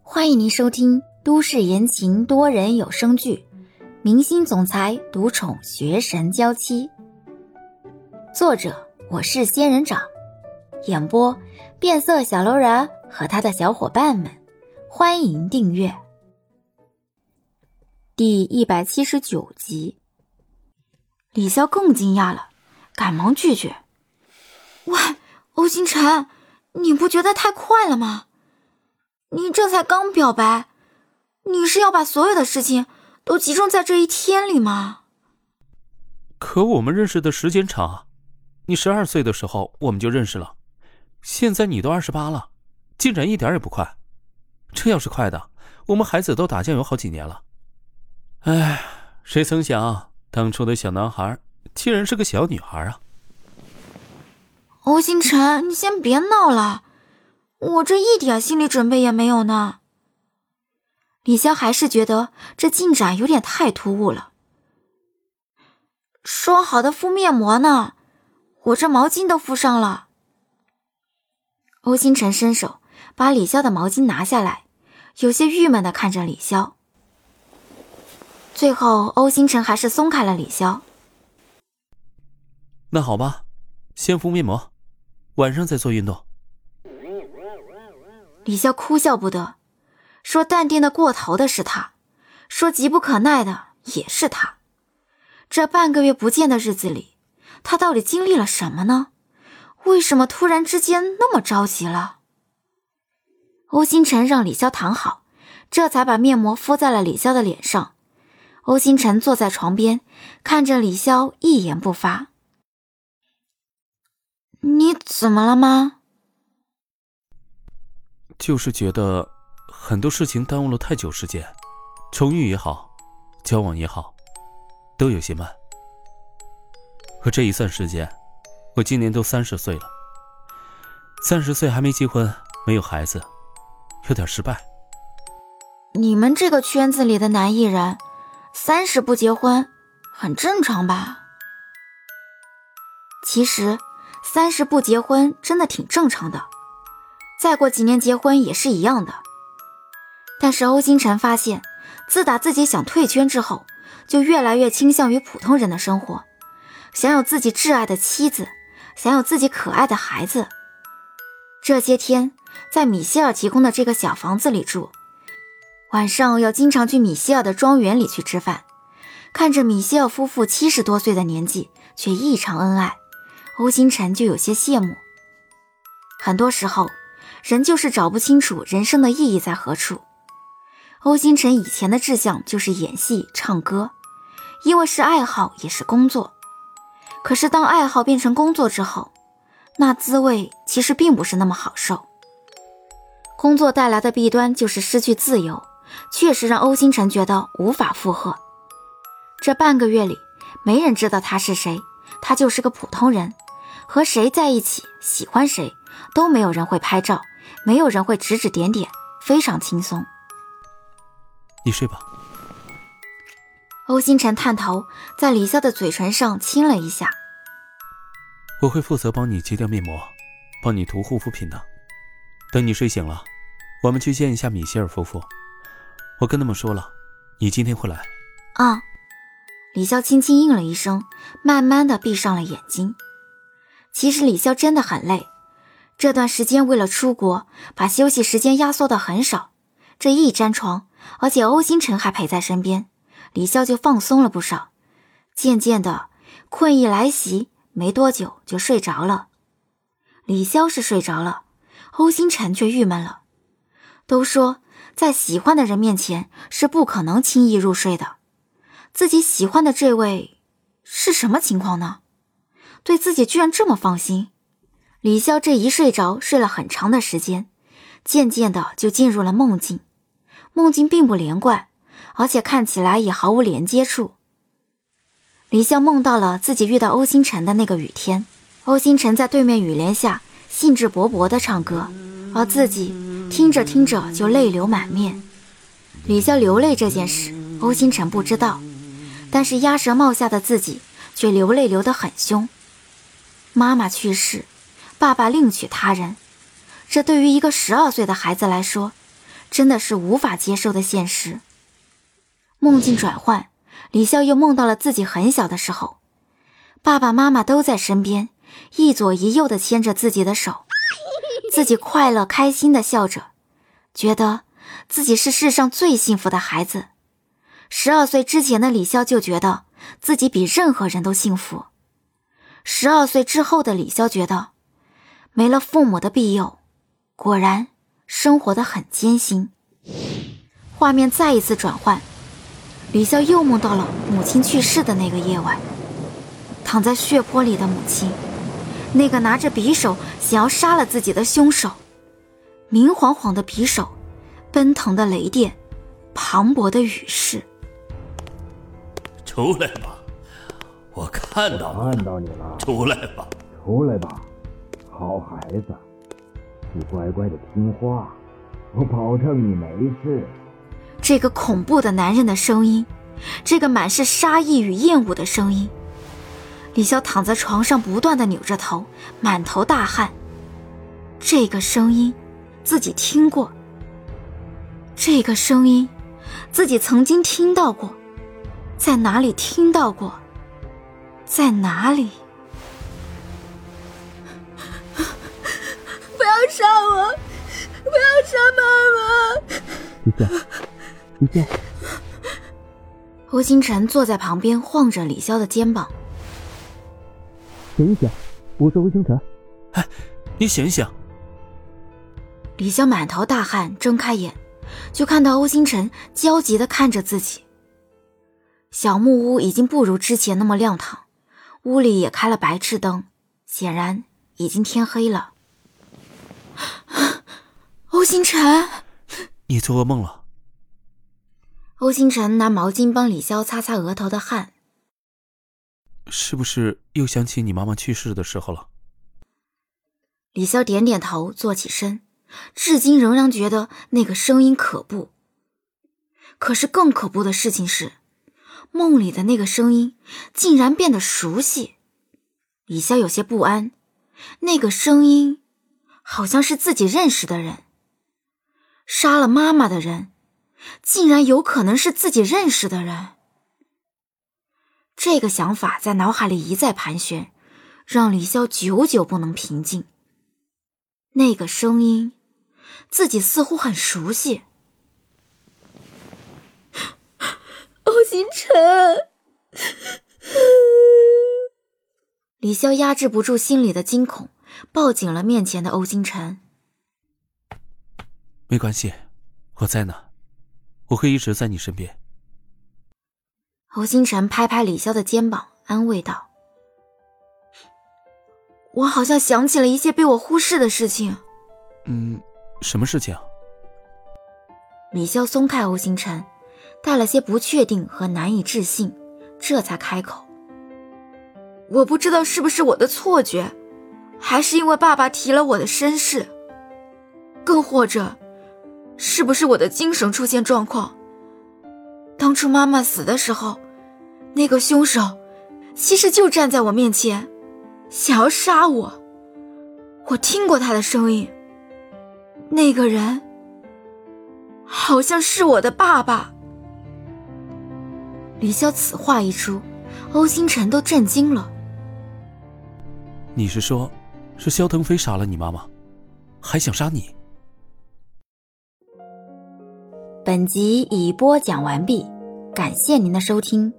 欢迎您收听都市言情多人有声剧《明星总裁独宠学神娇妻》，作者我是仙人掌，演播变色小楼人和他的小伙伴们。欢迎订阅。第179集，李潇更惊讶了，赶忙拒绝。 喂，欧星辰，你不觉得太快了吗？你这才刚表白，你是要把所有的事情都集中在这一天里吗？ 可我们认识的时间长啊，你12岁的时候我们就认识了，现在你都28了，进展一点也不快。这要是快的，我们孩子都打酱油好几年了。唉，谁曾想当初的小男孩竟然是个小女孩啊。 欧星辰，你先别闹了，我这一点心理准备也没有呢。李潇还是觉得这进展有点太突兀了。说好的敷面膜呢？我这毛巾都敷上了。欧星辰伸手把李潇的毛巾拿下来，有些郁闷地看着李潇。最后欧星辰还是松开了李潇。 那好吧，先敷面膜，晚上再做运动。 李潇哭笑不得，说淡定的过头的是他，说急不可耐的也是他。这半个月不见的日子里，他到底经历了什么呢？为什么突然之间那么着急了？欧星辰让李潇躺好，这才把面膜敷在了李潇的脸上。欧星辰坐在床边，看着李潇一言不发。你怎么了吗？ 就是觉得很多事情耽误了太久时间，重遇也好，交往也好，都有些慢。可这一算时间，我今年都30岁了，30岁还没结婚，没有孩子，有点失败。 你们这个圈子里的男艺人30不结婚很正常吧？其实30不结婚真的挺正常的，再过几年结婚也是一样的。但是欧星辰发现，自打自己想退圈之后，就越来越倾向于普通人的生活，想有自己挚爱的妻子，想有自己可爱的孩子。这些天在米歇尔提供的这个小房子里住，晚上要经常去米歇尔的庄园里去吃饭，看着米歇尔夫妇70多岁的年纪却异常恩爱，欧星辰就有些羡慕。很多时候人就是找不清楚人生的意义在何处。欧星辰以前的志向就是演戏唱歌，因为是爱好也是工作。可是当爱好变成工作之后，那滋味其实并不是那么好受。工作带来的弊端就是失去自由，确实让欧星辰觉得无法负荷。这半个月里，没人知道他是谁，他就是个普通人，和谁在一起，喜欢谁，都没有人会拍照，没有人会指指点点，非常轻松。 你睡吧。 欧星辰探头在李潇的嘴唇上亲了一下。 我会负责帮你揭掉面膜，帮你涂护肤品的。等你睡醒了，我们去见一下米歇尔夫妇。我跟他们说了，你今天会来。 啊。李潇轻轻应了一声，慢慢地闭上了眼睛。其实李潇真的很累，这段时间为了出国，把休息时间压缩得很少。这一沾床，而且欧星辰还陪在身边，李潇就放松了不少。渐渐的，困意来袭，没多久就睡着了。李潇是睡着了，欧星辰却郁闷了。都说在喜欢的人面前是不可能轻易入睡的，自己喜欢的这位是什么情况呢？对自己居然这么放心。李潇这一睡着，睡了很长的时间，渐渐的就进入了梦境。梦境并不连贯，而且看起来也毫无连接处。李潇梦到了自己遇到欧星辰的那个雨天，欧星辰在对面雨帘下兴致勃勃地唱歌，而自己听着听着就泪流满面。李潇流泪这件事，欧星辰不知道，但是鸭舌帽下的自己却流泪流得很凶。妈妈去世，爸爸另娶他人，这对于一个12岁的孩子来说， 真的是无法接受的现实。梦境转换，李潇又梦到了自己很小的时候，爸爸妈妈都在身边，一左一右地牵着自己的手，自己快乐开心地笑着，觉得自己是世上最幸福的孩子。12岁之前的李潇就觉得自己比任何人都幸福。12岁之后的李潇觉得，没了父母的庇佑，果然生活得很艰辛。画面再一次转换，李潇又梦到了母亲去世的那个夜晚，躺在血泊里的母亲，那个拿着匕首想要杀了自己的凶手，明晃晃的匕首，奔腾的雷电，磅礴的雨势。 出来吧，我看到你了。出来吧， 出来吧，好孩子，你乖乖的听话，我保证你没事。 这个恐怖的男人的声音，这个满是杀意与厌恶的声音。李潇躺在床上不断地扭着头，满头大汗。这个声音自己听过，这个声音自己曾经听到过，在哪里听到过？在哪里？ 不要杀我！不要杀妈妈！ 李潇， 欧星辰坐在旁边晃着李潇的肩膀。 醒醒，我是欧星辰。 哎，你醒醒！ 李潇满头大汗，睁开眼，就看到欧星辰焦急地看着自己。小木屋已经不如之前那么亮堂，屋里也开了白炽灯，显然已经天黑了。欧星辰， 你做噩梦了。 欧星辰拿毛巾帮李潇擦擦额头的汗。 是不是又想起你妈妈去世的时候了？ 李潇点点头，坐起身，至今仍然觉得那个声音可怖。可是更可怖的事情是，梦里的那个声音竟然变得熟悉。李潇有些不安，那个声音好像是自己认识的人，杀了妈妈的人竟然有可能是自己认识的人。这个想法在脑海里一再盘旋，让李潇久久不能平静。那个声音自己似乎很熟悉。 欧星辰， 李潇压制不住心里的惊恐，抱紧了面前的欧星辰。 没关系，我在呢，我会一直在你身边。 欧星辰拍拍李潇的肩膀，安慰道：我好像想起了一些被我忽视的事情。 什么事情啊？ 李潇松开欧星辰，带了些不确定和难以置信，这才开口：我不知道是不是我的错觉，还是因为爸爸提了我的身世，更或者是不是我的精神出现状况。当初妈妈死的时候，那个凶手其实就站在我面前，想要杀我。我听过他的声音，那个人好像是我的爸爸。李潇此话一出，欧星辰都震惊了。 你是说，是萧腾飞杀了你妈妈，还想杀你？ 本集已播讲完毕，感谢您的收听。